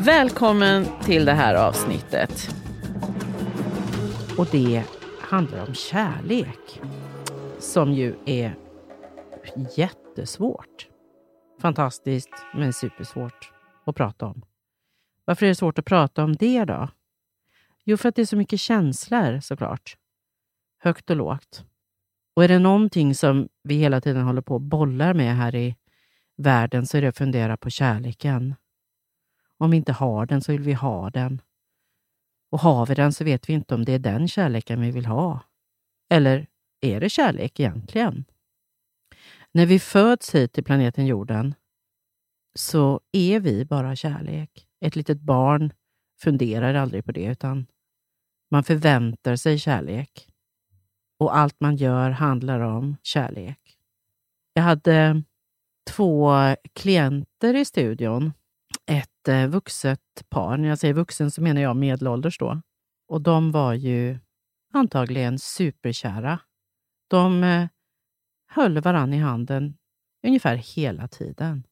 Välkommen till det här avsnittet. Och det handlar om kärlek. Som ju är jättesvårt. Fantastiskt, men supersvårt att prata om. Varför är det svårt att prata om det då? Jo, för att det är så mycket känslor såklart. Högt och lågt. Och är det någonting som vi hela tiden håller på och bollar med här i världen så är det att fundera på kärleken. Om vi inte har den så vill vi ha den. Och har vi den så vet vi inte om det är den kärleken vi vill ha. Eller är det kärlek egentligen? När vi föds hit till planeten jorden så är vi bara kärlek. Ett litet barn funderar aldrig på det utan man förväntar sig kärlek. Och allt man gör handlar om kärlek. Jag hade 2 klienter i studion. Ett vuxet par. När jag säger vuxen så menar jag medelålders då. Och de var ju antagligen superkära. De höll varann i handen ungefär hela tiden.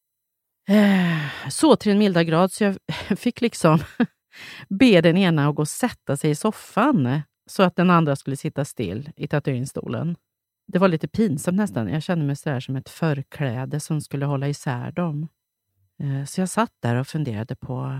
Så till en milda grad så jag fick liksom be den ena att gå och sätta sig i soffan så att den andra skulle sitta still i tatueringsstolen. Det var lite pinsamt nästan. Jag kände mig så där som ett förkläde som skulle hålla isär dem. Så jag satt där och funderade på,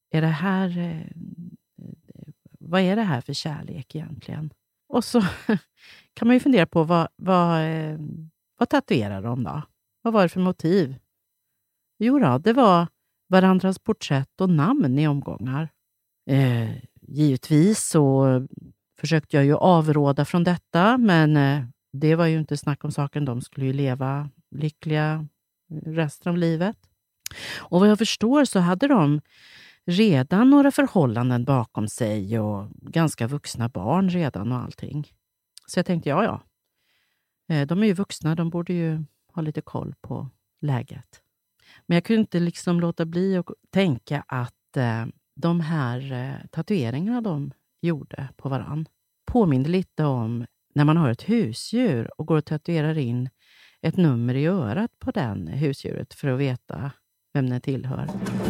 vad är det här för kärlek egentligen? Och så kan man ju fundera på vad tatuerar de då? Vad var det för motiv? Jo då, det var varandras porträtt och namn i omgångar. Givetvis så försökte jag ju avråda från detta, men det var ju inte snack om saken. De skulle ju leva lyckliga resten av livet. Och vad jag förstår så hade de redan några förhållanden bakom sig och ganska vuxna barn redan och allting. Så jag tänkte, ja. De är ju vuxna, de borde ju ha lite koll på läget. Men jag kunde inte liksom låta bli att tänka att de här tatueringarna de gjorde på varann påminner lite om när man har ett husdjur och går och tatuerar in ett nummer i örat på den husdjuret för att veta vem den tillhör.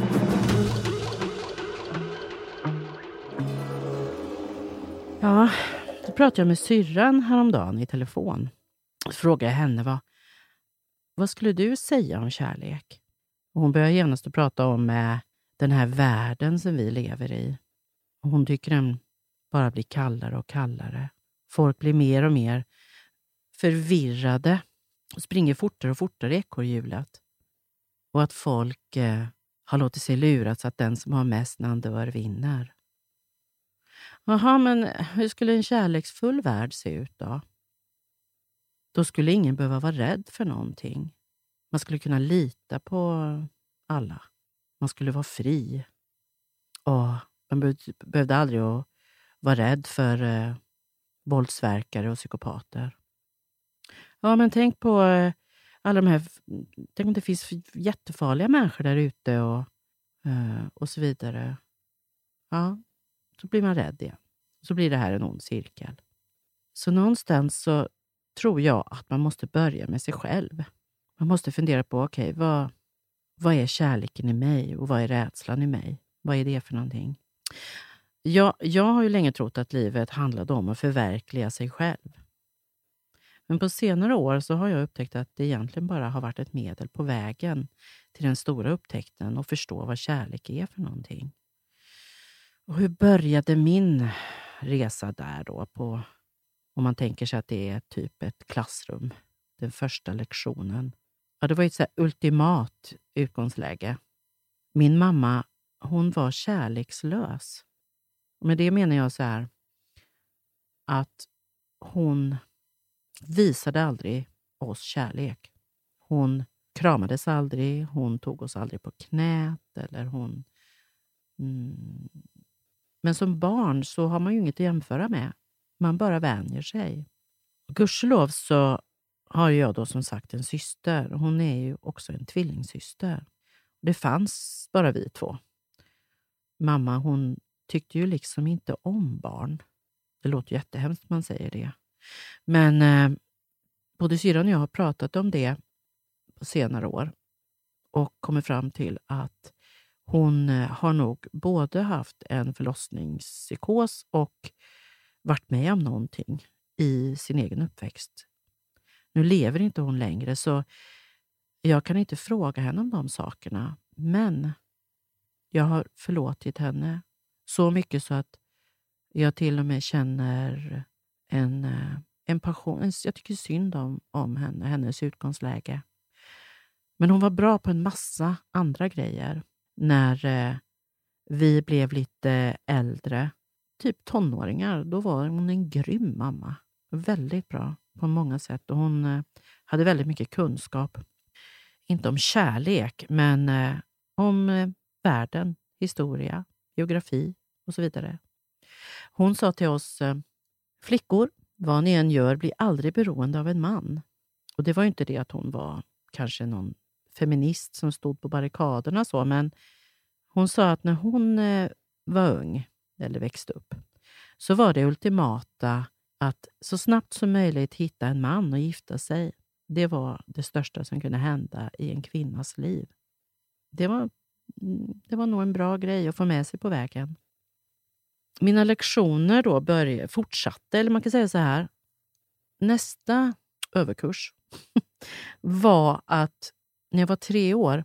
Ja, då pratade jag med syrran häromdagen i telefon. Så frågade jag henne, vad skulle du säga om kärlek? Och hon började genast att prata om den här världen som vi lever i. Och hon tycker den bara blir kallare och kallare. Folk blir mer och mer förvirrade och springer fortare och fortare i ekorrhjulet. Och att folk har låtit sig luras att den som har mest när han dör vinner. Jaha, men hur skulle en kärleksfull värld se ut då? Då skulle ingen behöva vara rädd för någonting. Man skulle kunna lita på alla. Man skulle vara fri. Och man behövde aldrig vara rädd för våldsverkare och psykopater. Ja, men tänk på alla de här... Tänk om det finns jättefarliga människor där ute och så vidare. Ja, så blir man rädd igen. Så blir det här en ond cirkel. Så någonstans så tror jag att man måste börja med sig själv. Man måste fundera på, okej, vad är kärleken i mig och vad är rädslan i mig? Vad är det för någonting? Jag har ju länge trott att livet handlade om att förverkliga sig själv. Men på senare år så har jag upptäckt att det egentligen bara har varit ett medel på vägen till den stora upptäckten och förstå vad kärlek är för någonting. Och hur började min resa där då om man tänker sig att det är typ ett klassrum, den första lektionen. Ja, det var ett så här ultimat utgångsläge. Min mamma, hon var kärlekslös. Och med det menar jag så här att hon visade aldrig oss kärlek. Hon kramades aldrig, hon tog oss aldrig på knät eller hon... Men som barn så har man ju inget att jämföra med. Man bara vänjer sig. Gudskelov så har jag då som sagt en syster. Hon är ju också en tvillingsyster. Det fanns bara vi 2. Mamma, hon tyckte ju liksom inte om barn. Det låter jättehemskt man säger det. Men både syrran och jag har pratat om det på senare år. Och kommit fram till att Hon har nog både haft en förlossningspsykos och varit med om någonting i sin egen uppväxt. Nu lever inte hon längre, så jag kan inte fråga henne om de sakerna. Men jag har förlåtit henne så mycket så att jag till och med känner en passion. Jag tycker synd om henne, hennes utgångsläge. Men hon var bra på en massa andra grejer. När vi blev lite äldre, typ tonåringar, då var hon en grym mamma. Väldigt bra på många sätt. Och hon hade väldigt mycket kunskap. Inte om kärlek, men om världen, historia, geografi och så vidare. Hon sa till oss, flickor, vad ni än gör, blir aldrig beroende av en man. Och det var ju inte det att hon var kanske någon feminist som stod på barrikaderna så, men hon sa att när hon var ung eller växte upp, så var det ultimata att så snabbt som möjligt hitta en man och gifta sig. Det var det största som kunde hända i en kvinnas liv. Det var nog en bra grej att få med sig på vägen. Mina lektioner då fortsatte, eller man kan säga så här. Nästa överkurs var att när jag var 3 år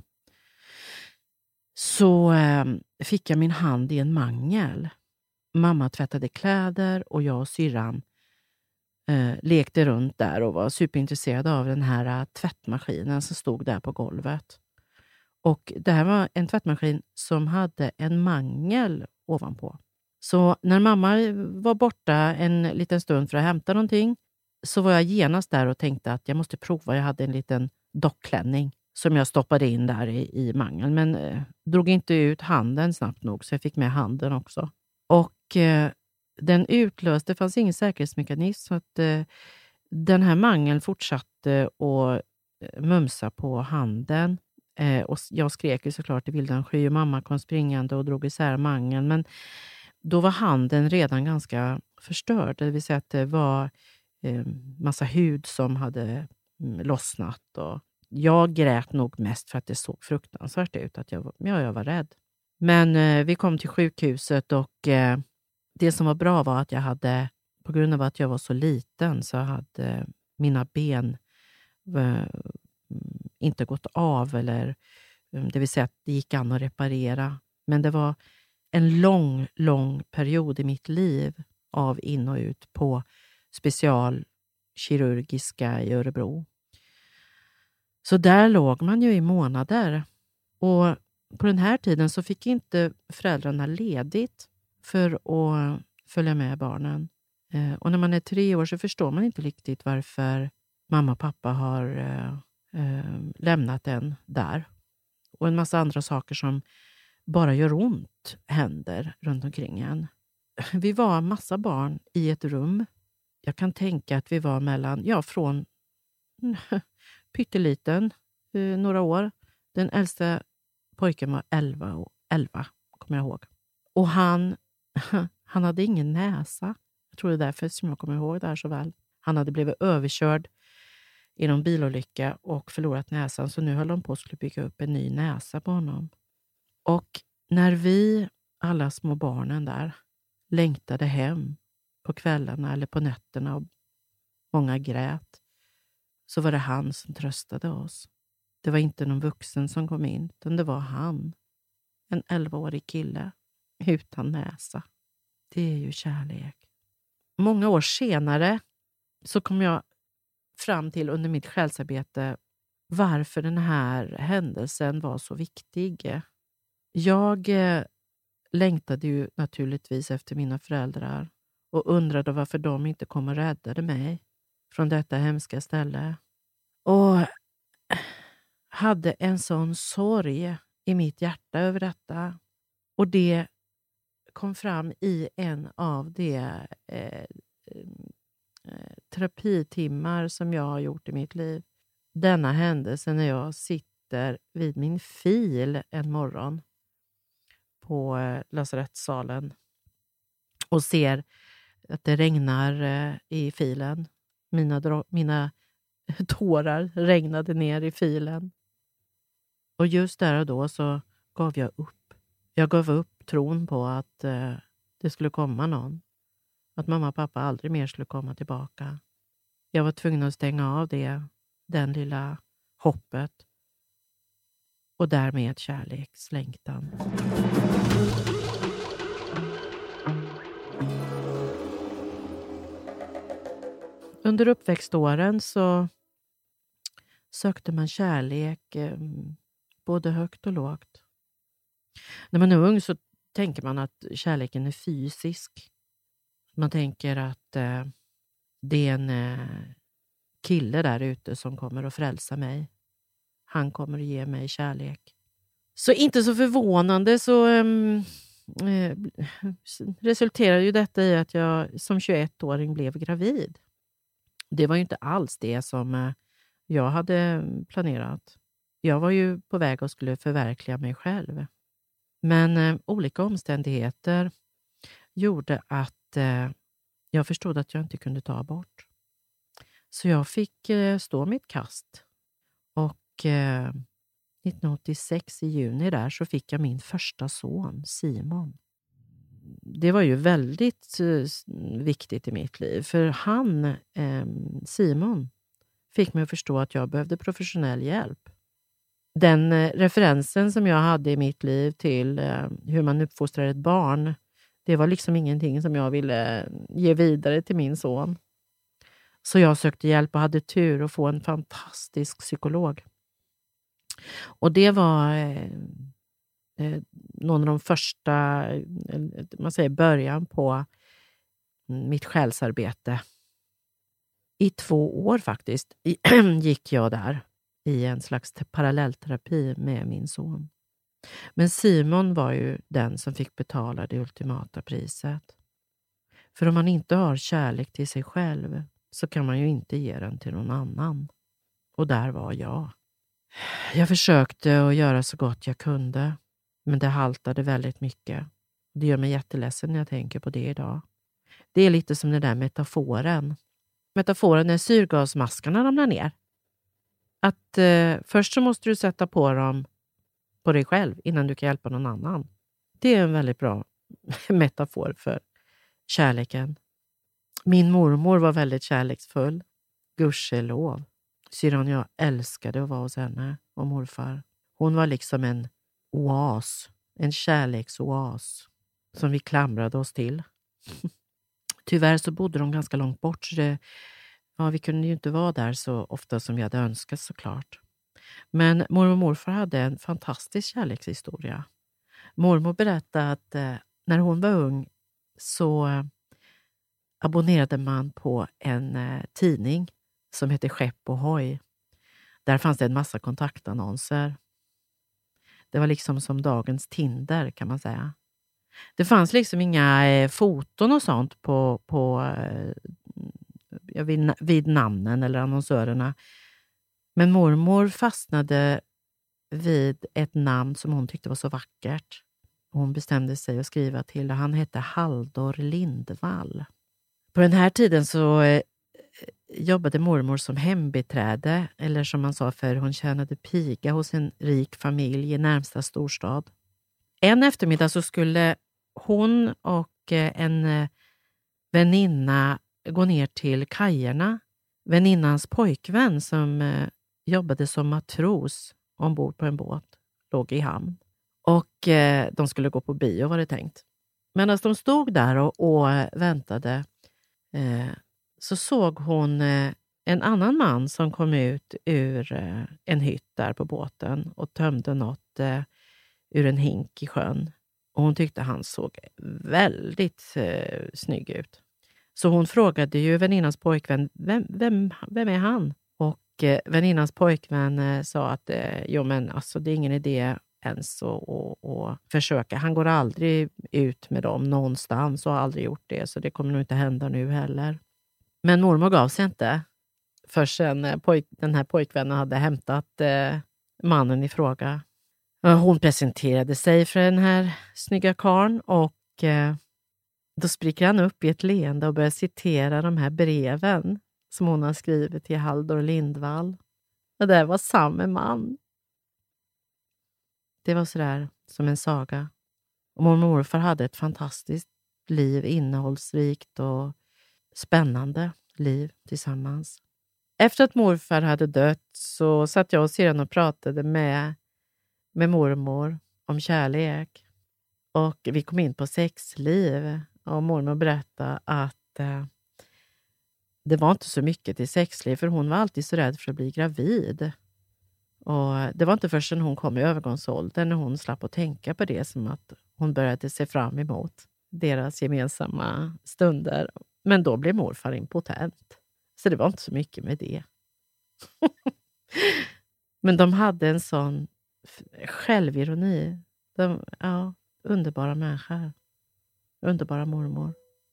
så fick jag min hand i en mangel. Mamma tvättade kläder och jag och syrran lekte runt där och var superintresserade av den här tvättmaskinen som stod där på golvet. Och det här var en tvättmaskin som hade en mangel ovanpå. Så när mamma var borta en liten stund för att hämta någonting, så var jag genast där och tänkte att jag måste prova. Jag hade en liten dockklänning som jag stoppade in där i mangeln, men drog inte ut handen snabbt nog, så jag fick med handen också. Och den utlöste, det fanns ingen säkerhetsmekanism, så att den här mangeln fortsatte att mumsa på handen. Och jag skrek ju såklart i vildan sky och mamma kom springande och drog isär mangeln, men då var handen redan ganska förstörd. Det vill säga att det var massa hud som hade lossnat. Och jag grät nog mest för att det såg fruktansvärt ut. Att jag var rädd. Men vi kom till sjukhuset och det som var bra var att jag hade, på grund av att jag var så liten, så hade mina ben inte gått av. Eller, det vill säga att det gick an att reparera. Men det var en lång period i mitt liv av in och ut på specialkirurgiska i Örebro. Så där låg man ju i månader. Och på den här tiden så fick inte föräldrarna ledigt för att följa med barnen. Och när man är 3 år så förstår man inte riktigt varför mamma och pappa har lämnat en där. Och en massa andra saker som bara gör ont händer runt omkring en. Vi var massa barn i ett rum. Jag kan tänka att vi var från pytteliten, några år. Den äldsta pojken var 11 kommer jag ihåg. Och han hade ingen näsa. Jag tror det är därför som jag kommer ihåg det här så väl. Han hade blivit överkörd i någon bilolycka och förlorat näsan. Så nu höll de på att skulle bygga upp en ny näsa på honom. Och när vi, alla små barnen där, längtade hem på kvällarna eller på nätterna och många grät, så var det han som tröstade oss. Det var inte någon vuxen som kom in, utan det var han. En 11-årig kille utan näsa. Det är ju kärlek. Många år senare så kom jag fram till under mitt själsarbete varför den här händelsen var så viktig. Jag längtade ju naturligtvis efter mina föräldrar och undrade varför de inte kom och räddade mig från detta hemska ställe. Och hade en sån sorg i mitt hjärta över detta. Och det kom fram i en av de terapitimmar som jag har gjort i mitt liv. Denna händelse när jag sitter vid min fil en morgon på lasarettssalen och ser att det regnar i filen. Mina tårar regnade ner i filen. Och just där och då så gav jag upp. Jag gav upp tron på att det skulle komma någon. Att mamma och pappa aldrig mer skulle komma tillbaka. Jag var tvungen att stänga av den lilla hoppet. Och därmed kärlekslängtan. Under uppväxtåren så sökte man kärlek både högt och lågt. När man är ung så tänker man att kärleken är fysisk. Man tänker att det är en kille där ute som kommer att frälsa mig. Han kommer att ge mig kärlek. Så inte så förvånande så resulterade ju detta i att jag som 21-åring blev gravid. Det var ju inte alls det som jag hade planerat. Jag var ju på väg och skulle förverkliga mig själv. Men olika omständigheter gjorde att jag förstod att jag inte kunde ta abort. Så jag fick stå mitt kast. Och 1986 i juni där så fick jag min första son, Simon. Det var ju väldigt viktigt i mitt liv. För han, Simon, fick mig att förstå att jag behövde professionell hjälp. Den referensen som jag hade i mitt liv till hur man uppfostrar ett barn, det var liksom ingenting som jag ville ge vidare till min son. Så jag sökte hjälp och hade tur att få en fantastisk psykolog. Och det var någon av de första, man säger början på mitt själsarbete. I 2 år faktiskt gick jag där i en slags parallellterapi med min son. Men Simon var ju den som fick betala det ultimata priset. För om man inte har kärlek till sig själv så kan man ju inte ge den till någon annan. Och där var jag. Jag försökte att göra så gott jag kunde, men det haltade väldigt mycket. Det gör mig jätteledsen när jag tänker på det idag. Det är lite som den där metaforen. Metaforen när syrgasmaskarna ramlar ner. Att först så måste du sätta på dem på dig själv innan du kan hjälpa någon annan. Det är en väldigt bra metafor för kärleken. Min mormor var väldigt kärleksfull. Gudskelov. Syrran jag älskade att vara hos henne och morfar. Hon var liksom en oas. En kärleksoas. Som vi klamrade oss till. Tyvärr så bodde de ganska långt bort. Så vi kunde ju inte vara där så ofta som vi hade önskat såklart. Men mormor och morfar hade en fantastisk kärlekshistoria. Mormor berättade att när hon var ung så abonnerade man på en tidning som heter Skepp och Hoj. Där fanns det en massa kontaktannonser. Det var liksom som dagens Tinder kan man säga. Det fanns liksom inga foton och sånt vid namnen eller annonsörerna. Men mormor fastnade vid ett namn som hon tyckte var så vackert. Hon bestämde sig att skriva till det. Han hette Halldor Lindvall. På den här tiden så jobbade mormor som hembiträde. Eller som man sa för hon tjänade piga hos en rik familj i närmsta storstad. En eftermiddag så skulle hon och en väninna gå ner till kajerna. Väninnans pojkvän som jobbade som matros ombord på en båt låg i hamn. Och de skulle gå på bio var det tänkt. Men när de stod där och väntade så såg hon en annan man som kom ut ur en hytt där på båten och tömde något ur en hink i sjön. Och hon tyckte han såg väldigt snygg ut. Så hon frågade ju väninnans pojkvän, vem är han? Och väninnans pojkvän sa att jo men alltså det är ingen idé ens att försöka. Han går aldrig ut med dem någonstans och har aldrig gjort det. Så det kommer nog inte hända nu heller. Men mormor gav sig inte. Förrän den här pojkvännen hade hämtat mannen i fråga. Hon presenterade sig för den här snygga karln och då spricker han upp i ett leende och börjar citera de här breven som hon har skrivit till Halldor Lindvall. Och det var samma man. Det var sådär som en saga Och mormor och morfar hade ett fantastiskt liv, innehållsrikt och spännande liv tillsammans. Efter att morfar hade dött så satt jag och syrran och pratade med mormor om kärlek. Och vi kom in på sexliv och mormor berättade att det var inte så mycket till sexliv för hon var alltid så rädd för att bli gravid. Och det var inte förrän hon kom i övergångsåldern när hon slapp att tänka på det som att hon började se fram emot deras gemensamma stunder. Men då blev morfar impotent. Så det var inte så mycket med det. Men de hade en sån självironi. Underbara människor. Underbara mormor.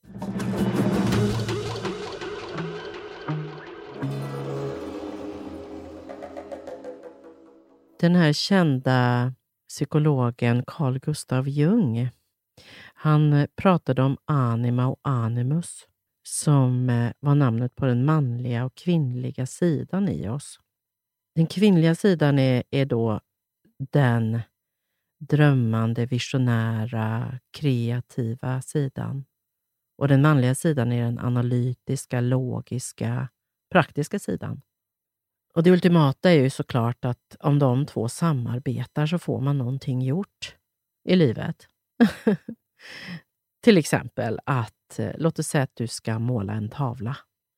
Den här kända psykologen Carl Gustav Jung, han pratade om anima och animus som var namnet på den manliga och kvinnliga sidan i oss. Den kvinnliga sidan är då den drömmande, visionära, kreativa sidan. Och den manliga sidan är den analytiska, logiska, praktiska sidan. Och det ultimata är ju såklart att om de två samarbetar så får man någonting gjort i livet. Till exempel att, låt oss säga att du ska måla en tavla.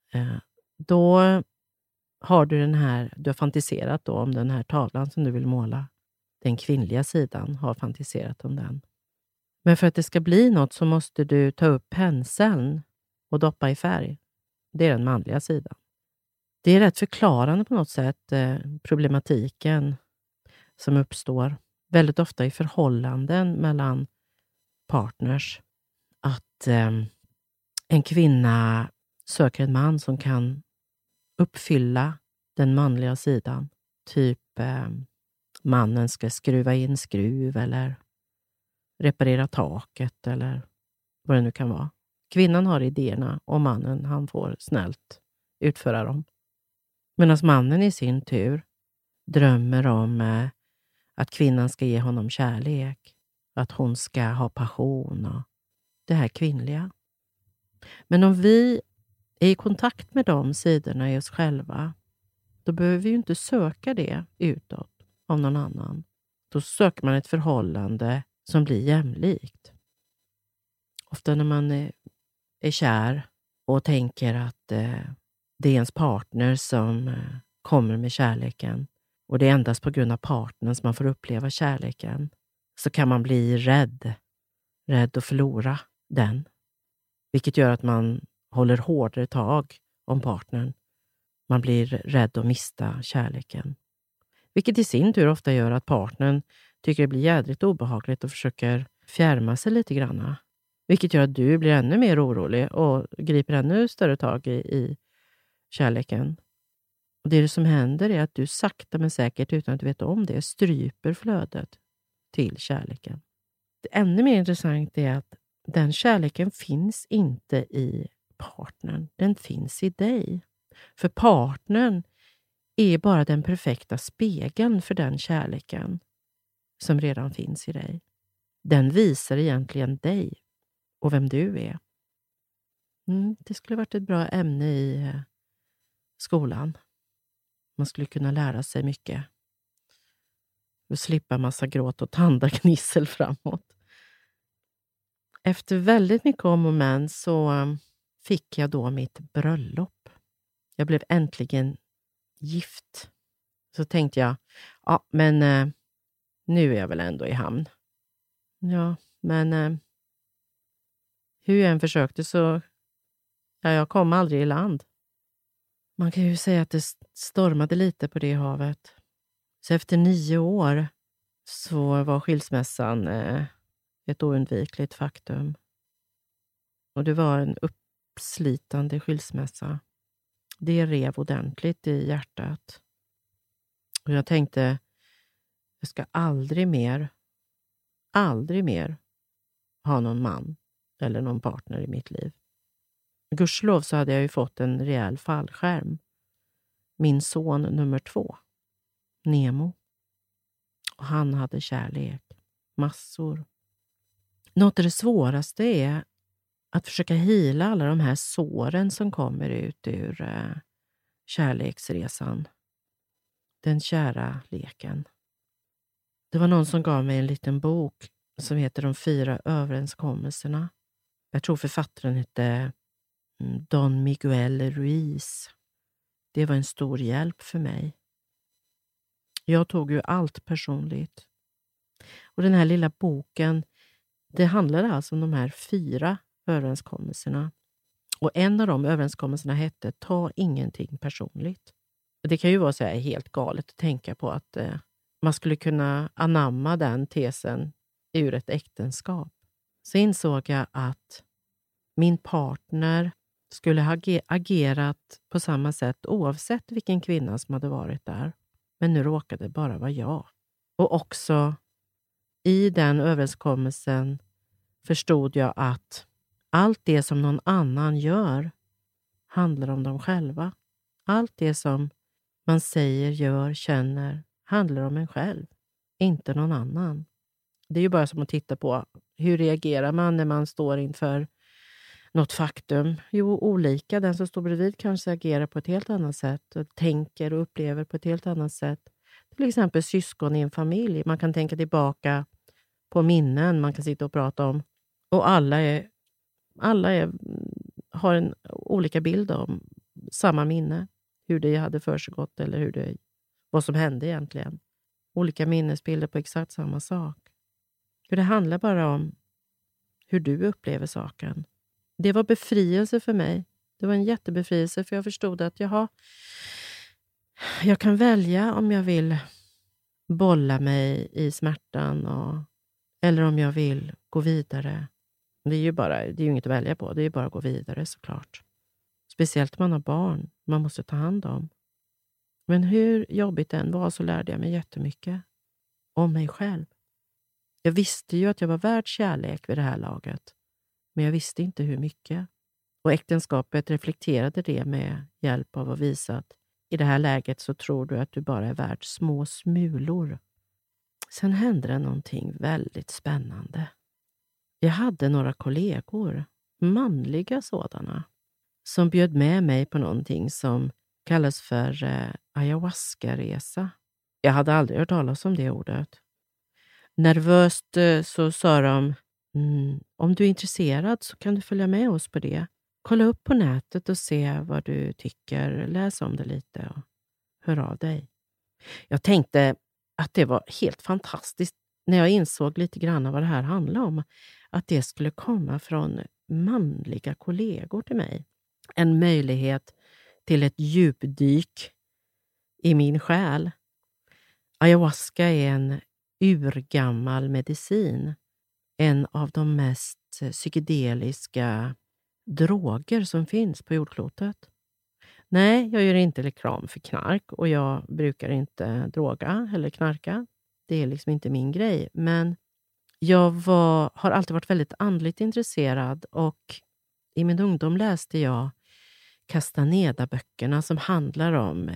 Då har du du har fantiserat då om den här tavlan som du vill måla. Den kvinnliga sidan har fantiserat om den. Men för att det ska bli något så måste du ta upp penseln och doppa i färg. Det är den manliga sidan. Det är rätt förklarande på något sätt, problematiken som uppstår väldigt ofta i förhållanden mellan partners. Att en kvinna söker en man som kan uppfylla den manliga sidan. Typ mannen ska skruva in skruv eller reparera taket eller vad det nu kan vara. Kvinnan har idéerna och mannen han får snällt utföra dem. Medan mannen i sin tur drömmer om att kvinnan ska ge honom kärlek. Att hon ska ha passion och det här kvinnliga. Men om vi är i kontakt med de sidorna i oss själva, då behöver vi ju inte söka det utåt av någon annan. Då söker man ett förhållande som blir jämlikt. Ofta när man är kär och tänker att det är ens partner som kommer med kärleken och det är endast på grund av partnern som man får uppleva kärleken, så kan man bli rädd att förlora den. Vilket gör att man håller hårdare tag om partnern. Man blir rädd att mista kärleken. Vilket i sin tur ofta gör att partnern tycker det blir jädrigt obehagligt och försöker fjärma sig lite grann. Vilket gör att du blir ännu mer orolig och griper ännu större tag i kärleken. Och det som händer är att du sakta men säkert utan att du vet om det stryper flödet till kärleken. Det ännu mer intressant är att den kärleken finns inte i partnern. Den finns i dig. För partnern är bara den perfekta spegeln för den kärleken som redan finns i dig. Den visar egentligen dig och vem du är. Det skulle varit ett bra ämne i skolan. Man skulle kunna lära sig mycket. Och slippa massa gråt och tandagnissel framåt. Efter väldigt mycket om och men så fick jag då mitt bröllop. Jag blev äntligen gift. Så tänkte jag, men nu är jag väl ändå i hamn. Ja, men hur jag än försökte så jag kom aldrig i land. Man kan ju säga att det stormade lite på det havet. Så efter 9 år så var skilsmässan ett oundvikligt faktum. Och det var en uppslitande skilsmässa. Det rev ordentligt i hjärtat. Och jag tänkte, jag ska aldrig mer ha någon man eller någon partner i mitt liv. Gudskelov så hade jag ju fått en rejäl fallskärm. Min son nummer 2, Nemo. Och han hade kärlek. Massor. Något av det svåraste är att försöka hila alla de här såren som kommer ut ur kärleksresan. Den kära leken. Det var någon som gav mig en liten bok som heter De 4 överenskommelserna. Jag tror författaren hette Don Miguel Ruiz. Det var en stor hjälp för mig. Jag tog ju allt personligt. Och den här lilla boken, det handlade alltså om de här 4 överenskommelserna. Och en av de överenskommelserna hette ta ingenting personligt. Det kan ju vara så här helt galet att tänka på att man skulle kunna anamma den tesen ur ett äktenskap. Så insåg jag att min partner skulle ha agerat på samma sätt oavsett vilken kvinna som hade varit där. Men nu råkade det bara vara jag. Och också i den överenskommelsen förstod jag att allt det som någon annan gör handlar om dem själva. Allt det som man säger, gör, känner handlar om en själv, inte någon annan. Det är ju bara som att titta på hur reagerar man när man står inför något faktum. Jo, olika. Den som står bredvid kanske agerar på ett helt annat sätt och tänker och upplever på ett helt annat sätt. Till exempel syskon i en familj. Man kan tänka tillbaka på minnen man kan sitta och prata om. Och alla har en olika bild om samma minne. Hur det hade försiggått eller vad som hände egentligen. Olika minnesbilder på exakt samma sak. För det handlar bara om hur du upplever saken. Det var befrielse för mig. Det var en jättebefrielse för jag förstod att jag kan välja om jag vill bolla mig i smärtan eller om jag vill gå vidare. Det är ju inget att välja på. Det är bara att gå vidare såklart. Speciellt om man har barn man måste ta hand om. Men hur jobbigt det än var så lärde jag mig jättemycket om mig själv. Jag visste ju att jag var värd kärlek vid det här laget. Men jag visste inte hur mycket. Och äktenskapet reflekterade det med hjälp av att visa att i det här läget så tror du att du bara är värd små smulor. Sen hände det någonting väldigt spännande. Jag hade några kollegor, manliga sådana, som bjöd med mig på någonting som kallas för ayahuasca-resa. Jag hade aldrig hört talas om det ordet. Nervöst så sa de, om du är intresserad så kan du följa med oss på det. Kolla upp på nätet och se vad du tycker. Läs om det lite och hör av dig. Jag tänkte att det var helt fantastiskt när jag insåg lite grann vad det här handlade om. Att det skulle komma från manliga kollegor till mig. En möjlighet till ett djupdyk i min själ. Ayahuasca är en urgammal medicin. En av de mest psykedeliska droger som finns på jordklotet. Nej, jag gör inte reklam för knark och jag brukar inte droga eller knarka. Det är liksom inte min grej. Men jag har alltid varit väldigt andligt intresserad och i min ungdom läste jag Castaneda-böckerna som handlar om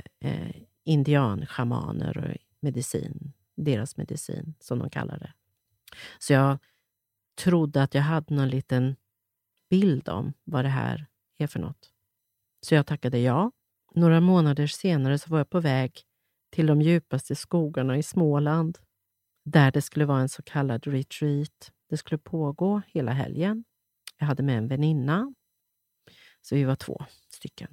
indianschamaner och medicin. Deras medicin, som de kallar det. Så jag trodde att jag hade någon liten bild om vad det här är för något. Så jag tackade ja. Några månader senare så var jag på väg till de djupaste skogarna i Småland. Där det skulle vara en så kallad retreat. Det skulle pågå hela helgen. Jag hade med en väninna. Så vi var 2 stycken.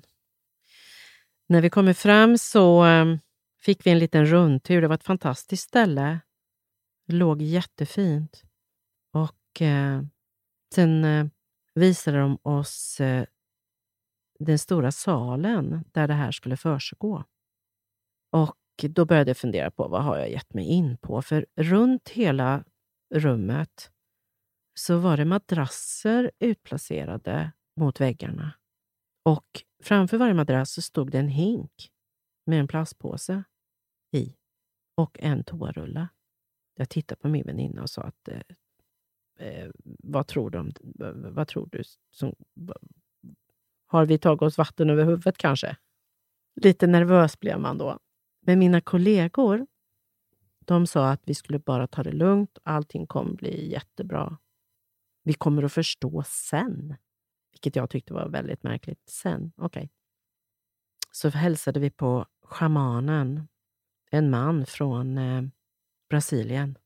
När vi kommer fram så fick vi en liten rundtur. Det var ett fantastiskt ställe. Det låg jättefint. Och sen visade de oss den stora salen där det här skulle försiggå. Och då började jag fundera på vad har jag gett mig in på. För runt hela rummet så var det madrasser utplacerade mot väggarna. Och framför varje madrass så stod det en hink med en plastpåse i och en toarulle. Jag tittade på min väninna och sa att vad tror du? Har vi tagit oss vatten över huvudet kanske? Lite nervös blev man då. Men mina kollegor, de sa att vi skulle bara ta det lugnt. Allting kommer bli jättebra. Vi kommer att förstå sen. Vilket jag tyckte var väldigt märkligt. Sen, okej. Så hälsade vi på schamanen. En man från Brasilien.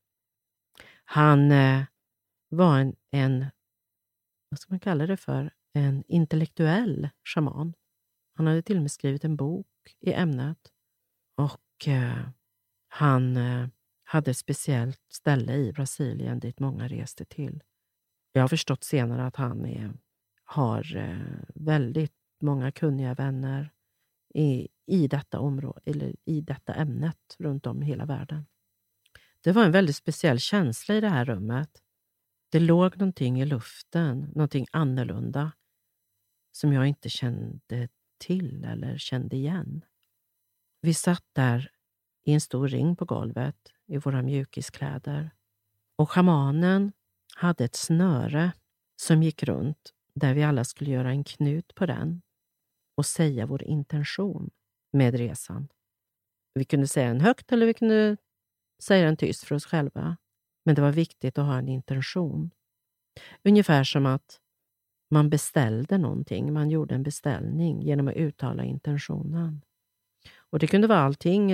Han var en, vad ska man kalla det för? En intellektuell shaman. Han hade till och med skrivit en bok i ämnet. Och han hade ett speciellt ställe i Brasilien dit många reste till. Jag har förstått senare att han har väldigt många kunniga vänner i detta område, eller i detta ämnet runt om i hela världen. Det var en väldigt speciell känsla i det här rummet. Det låg någonting i luften, någonting annorlunda som jag inte kände till eller kände igen. Vi satt där i en stor ring på golvet i våra mjukiskläder. Och schamanen hade ett snöre som gick runt där vi alla skulle göra en knut på den och säga vår intention med resan. Vi kunde säga den högt eller vi kunde säga den tyst för oss själva. Men det var viktigt att ha en intention. Ungefär som att man beställde någonting. Man gjorde en beställning genom att uttala intentionen. Och det kunde vara allting.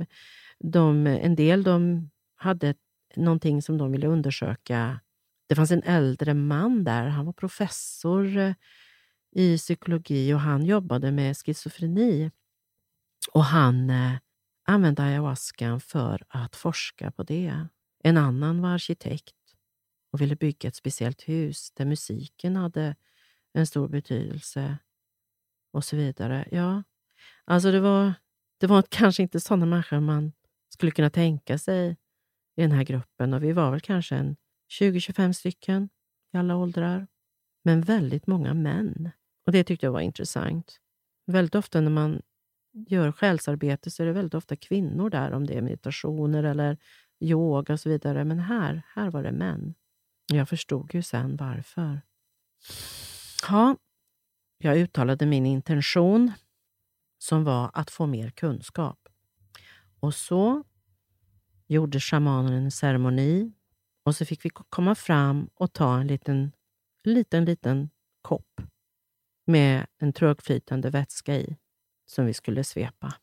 En del hade någonting som de ville undersöka. Det fanns en äldre man där. Han var professor i psykologi och han jobbade med schizofreni. Och han använde ayahuascan för att forska på det. En annan var arkitekt och ville bygga ett speciellt hus där musiken hade en stor betydelse och så vidare. Ja, alltså det var kanske inte sådana människor man skulle kunna tänka sig i den här gruppen. Och vi var väl kanske en 20-25 stycken i alla åldrar. Men väldigt många män. Och det tyckte jag var intressant. Väldigt ofta när man gör själsarbete så är det väldigt ofta kvinnor där. Om det är meditationer eller yoga och så vidare. Men här var det män. Jag förstod ju sen varför. Ja, jag uttalade min intention som var att få mer kunskap. Och så gjorde shamanen en ceremoni och så fick vi komma fram och ta en liten kopp med en trögflytande vätska i som vi skulle svepa.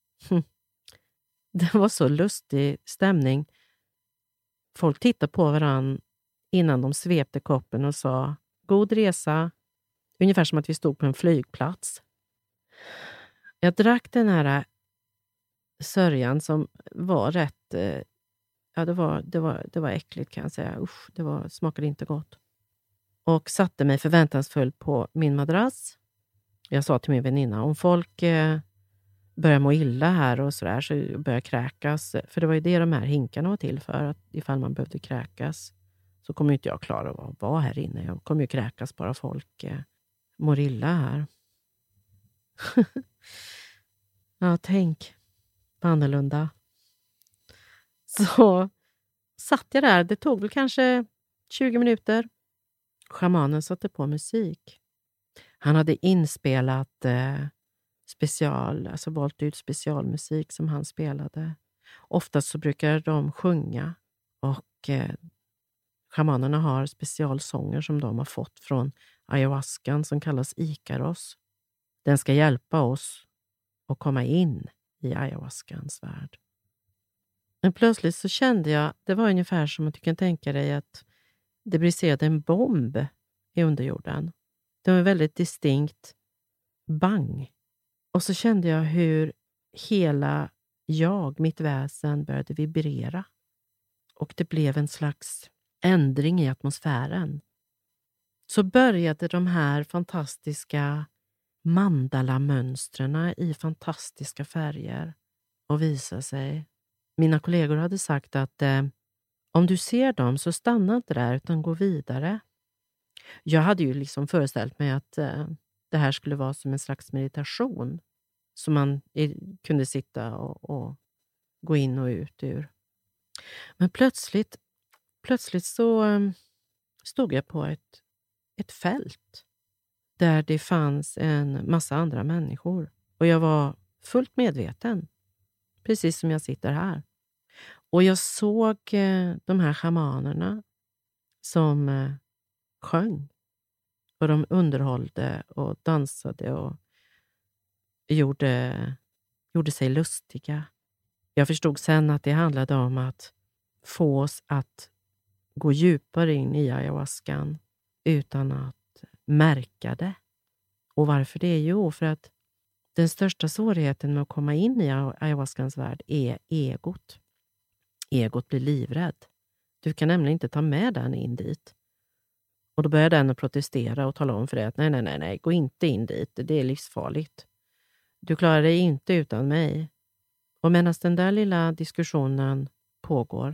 Det var så lustig stämning. Folk tittade på varann innan de svepte koppen och sa god resa. Ungefär som att vi stod på en flygplats. Jag drack den här sörjan som var rätt... Ja, det var äckligt kan jag säga. Usch, smakade inte gott. Och satte mig förväntansfull på min madrass. Jag sa till min väninna, om folk börjar må illa här och sådär så börjar kräkas. För det var ju det de här hinkarna var till för. Att ifall man behövde kräkas så kommer inte jag klara att vara här inne. Jag kommer ju kräkas bara folk mår illa här. Ja, tänk på annorlunda. Så satt jag där. Det tog väl kanske 20 minuter. Schamanen satte på musik. Han hade inspelat valt ut specialmusik som han spelade. Oftast så brukar de sjunga och schamanerna har specialsånger som de har fått från ayahuascan som kallas Ikaros. Den ska hjälpa oss att komma in i ayahuascans värld. Men plötsligt så kände jag, det var ungefär som att du kan tänka dig att det briserade en bomb i underjorden. Det var väldigt distinkt bang. Och så kände jag hur hela mitt väsen började vibrera. Och det blev en slags ändring i atmosfären. Så började de här fantastiska mandala-mönstren i fantastiska färger och visa sig. Mina kollegor hade sagt att om du ser dem så stanna inte där utan gå vidare. Jag hade ju liksom föreställt mig att det här skulle vara som en slags meditation som man kunde sitta och gå in och ut ur. Men plötsligt så stod jag på ett fält där det fanns en massa andra människor. Och jag var fullt medveten, precis som jag sitter här. Och jag såg de här schamanerna som sjöng. Och de underhållde och dansade och gjorde sig lustiga. Jag förstod sen att det handlade om att få oss att gå djupare in i ayahuascan utan att märka det. Och varför det? Jo, för att den största svårigheten med att komma in i ayahuascans värld är egot. Egot blir livrädd. Du kan nämligen inte ta med den in dit. Och då börjar den att protestera och tala om för dig att nej, gå inte in dit. Det är livsfarligt. Du klarar dig inte utan mig. Och medan den där lilla diskussionen pågår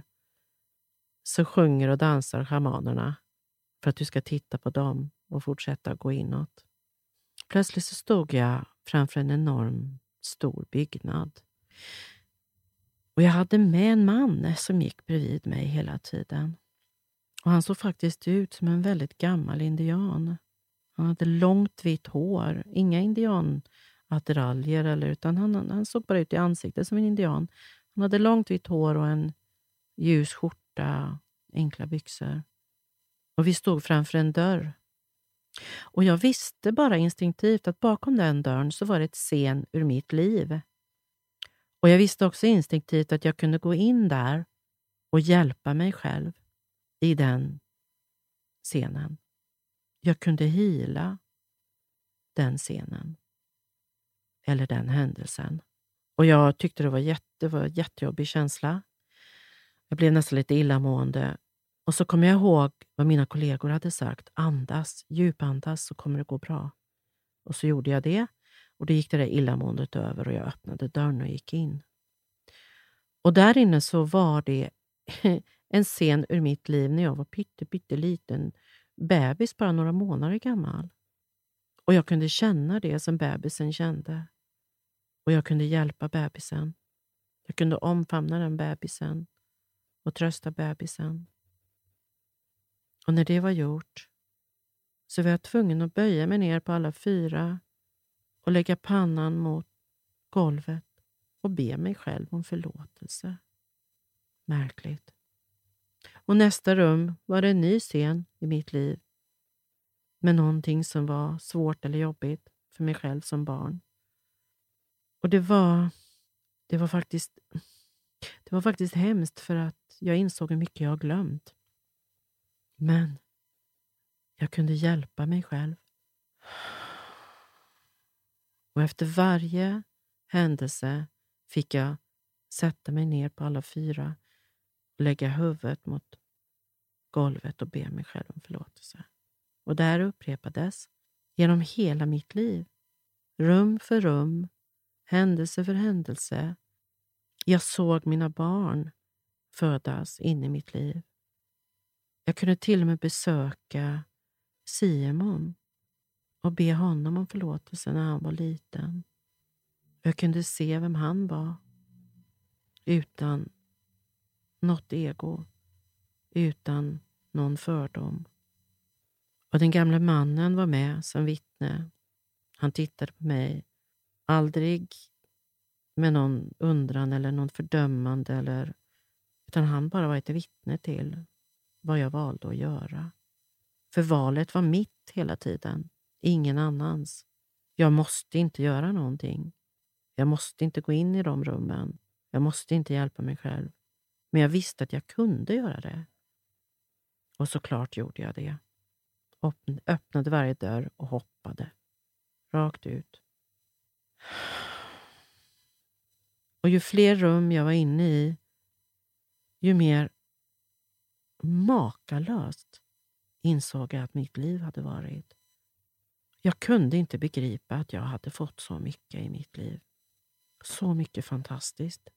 så sjunger och dansar schamanerna för att du ska titta på dem och fortsätta gå inåt. Plötsligt så stod jag framför en enorm stor byggnad. Och jag hade med en man som gick bredvid mig hela tiden. Och han såg faktiskt ut som en väldigt gammal indian. Han hade långt vitt hår, inga indianattiraljer utan han såg bara ut i ansiktet som en indian. Han hade långt vitt hår och en ljus skjorta, enkla byxor. Och vi stod framför en dörr. Och jag visste bara instinktivt att bakom den dörren så var det ett scen ur mitt liv. Och jag visste också instinktivt att jag kunde gå in där och hjälpa mig själv i den scenen. Jag kunde hila den scenen. Eller den händelsen. Och jag tyckte det var en jättejobbig känsla. Jag blev nästan lite illamående. Och så kom jag ihåg vad mina kollegor hade sagt. Andas, djupandas så kommer det gå bra. Och så gjorde jag det. Och då gick det där illamåendet över och jag öppnade dörren och gick in. Och där inne så var det en scen ur mitt liv när jag var pytteliten bebis, bara några månader gammal. Och jag kunde känna det som bebisen kände. Och jag kunde hjälpa bebisen. Jag kunde omfamna den bebisen och trösta bebisen. Och när det var gjort så var jag tvungen att böja mig ner på alla fyra och lägga pannan mot golvet och be mig själv om förlåtelse. Märkligt. Och nästa rum var det en ny scen i mitt liv. Med någonting som var svårt eller jobbigt för mig själv som barn. Och det var faktiskt hemskt för att jag insåg hur mycket jag har glömt. Men jag kunde hjälpa mig själv. Och efter varje händelse fick jag sätta mig ner på alla fyra och lägga huvudet mot golvet och be mig själv om förlåtelse. Och där upprepades genom hela mitt liv. Rum för rum, händelse för händelse. Jag såg mina barn födas in i mitt liv. Jag kunde till och med besöka Simon och be honom om förlåtelse när han var liten. Jag kunde se vem han var utan något ego, utan någon fördom. Och den gamla mannen var med som vittne. Han tittade på mig, aldrig med någon undran eller någon fördömande, utan han bara var ett vittne till vad jag valde att göra. För valet var mitt hela tiden, ingen annans. Jag måste inte göra någonting. Jag måste inte gå in i de rummen. Jag måste inte hjälpa mig själv. Men jag visste att jag kunde göra det. Och såklart gjorde jag det. Öppnade varje dörr och hoppade. Rakt ut. Och ju fler rum jag var inne i, ju mer makalöst insåg jag att mitt liv hade varit. Jag kunde inte begripa att jag hade fått så mycket i mitt liv. Så mycket fantastiskt.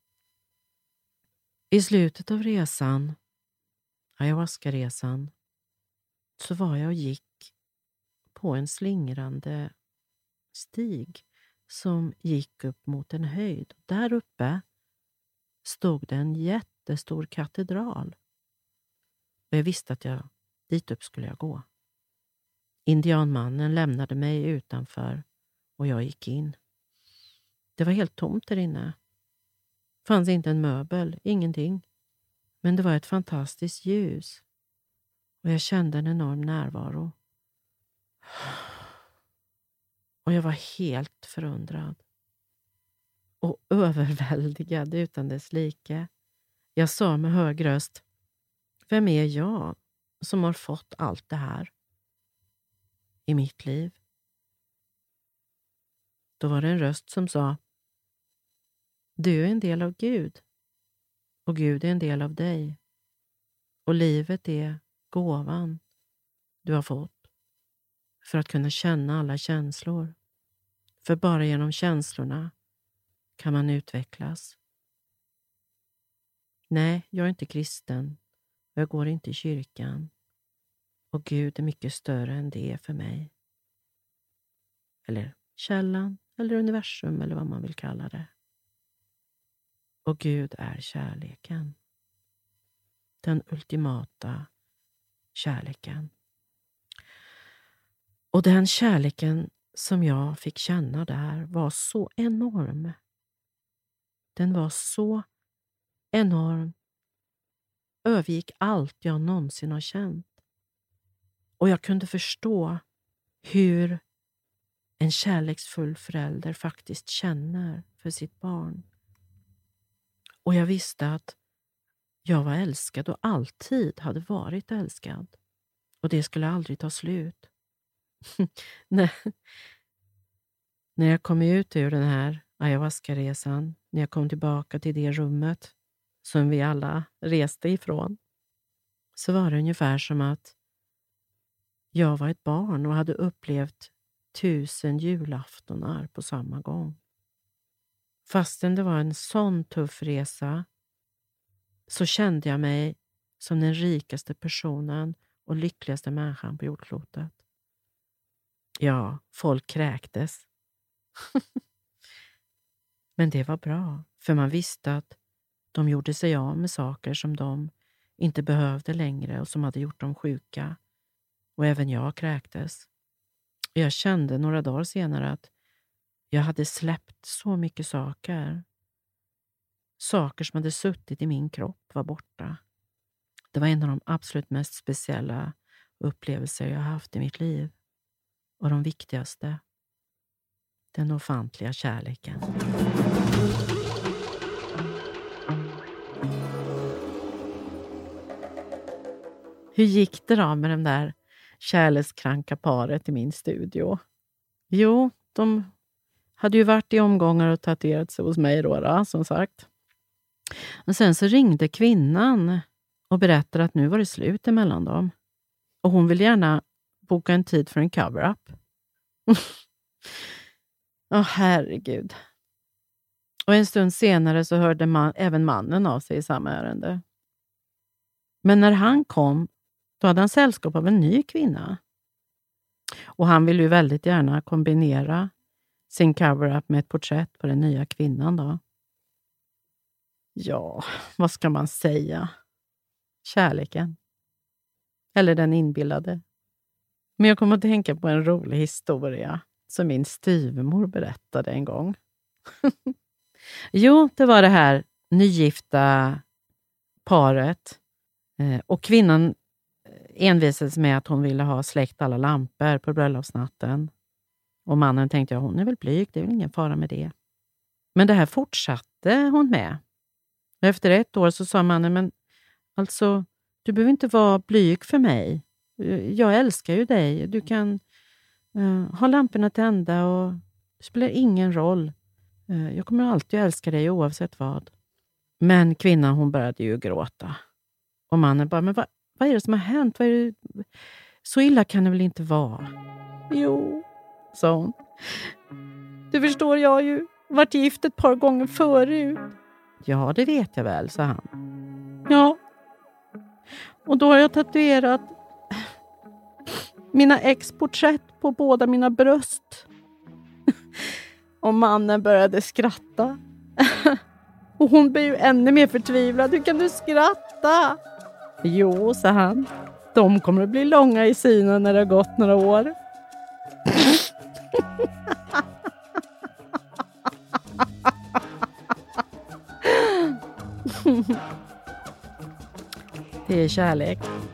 I slutet av resan, ayahuasca-resan, så var jag och gick på en slingrande stig som gick upp mot en höjd. Där uppe stod det en jättestor katedral. Och jag visste att dit upp skulle jag gå. Indianmannen lämnade mig utanför och jag gick in. Det var helt tomt där inne. Fanns inte en möbel, ingenting. Men det var ett fantastiskt ljus. Och jag kände en enorm närvaro. Och jag var helt förundrad. Och överväldigad utan dess like. Jag sa med hög röst: vem är jag som har fått allt det här i mitt liv? Då var det en röst som sa: du är en del av Gud. Och Gud är en del av dig. Och livet är gåvan du har fått för att kunna känna alla känslor. För bara genom känslorna kan man utvecklas. Nej, jag är inte kristen. Jag går inte i kyrkan. Och Gud är mycket större än det för mig. Eller källan, eller universum, eller vad man vill kalla det. Och Gud är kärleken. Den ultimata kärleken. Och den kärleken som jag fick känna där var så enorm. Den var så enorm. Övergick allt jag någonsin har känt. Och jag kunde förstå hur en kärleksfull förälder faktiskt känner för sitt barn. Och jag visste att jag var älskad och alltid hade varit älskad. Och det skulle aldrig ta slut. När jag kom ut ur den här ayahuasca-resan, när jag kom tillbaka till det rummet som vi alla reste ifrån, så var det ungefär som att jag var ett barn och hade upplevt 1000 julaftonar på samma gång. Fastän det var en sån tuff resa så kände jag mig som den rikaste personen och lyckligaste människan på jordklotet. Ja, folk kräktes. Men det var bra, för man visste att de gjorde sig av med saker som de inte behövde längre och som hade gjort dem sjuka. Och även jag kräktes. Och jag kände några dagar senare att jag hade släppt så mycket saker. Saker som hade suttit i min kropp var borta. Det var en av de absolut mest speciella upplevelser jag haft i mitt liv. Och de viktigaste. Den ofantliga kärleken. Hur gick det då med den där kärlekskranka paret i min studio? Jo, de hade ju varit i omgångar och tatuerat sig hos mig då, som sagt. Och sen så ringde kvinnan och berättade att nu var det slut emellan dem. Och hon ville gärna boka en tid för en cover-up. Herregud. Och en stund senare så hörde även mannen av sig i samma ärende. Men när han kom, då hade han sällskap av en ny kvinna. Och han ville ju väldigt gärna kombinera sin cover-up med ett porträtt på den nya kvinnan då. Ja, vad ska man säga? Kärleken. Eller den inbillade. Men jag kommer att tänka på en rolig historia som min styvmor berättade en gång. Jo, det var det här nygifta paret. Och kvinnan envisades med att hon ville ha släckt alla lampor på bröllopsnatten. Och mannen tänkte, ja, hon är väl blyg, det är väl ingen fara med det. Men det här fortsatte hon med. Och efter 1 år så sa mannen, men alltså, du behöver inte vara blyg för mig. Jag älskar ju dig. Du kan ha lamporna tända och det spelar ingen roll. Jag kommer alltid älska dig oavsett vad. Men kvinnan, hon började ju gråta. Och mannen bara, men vad är det som har hänt? Så illa kan det väl inte vara? Jo, sa hon. Du förstår, jag har ju varit gift ett par gånger förut. Ja, det vet jag väl, sa han. Ja. Och då har jag tatuerat mina ex-porträtt på båda mina bröst. Och mannen började skratta. Och hon blev ju ännu mer förtvivlad. Hur kan du skratta? Jo, sa han. De kommer att bli långa i synen när det har gått några år. Det är kärlek.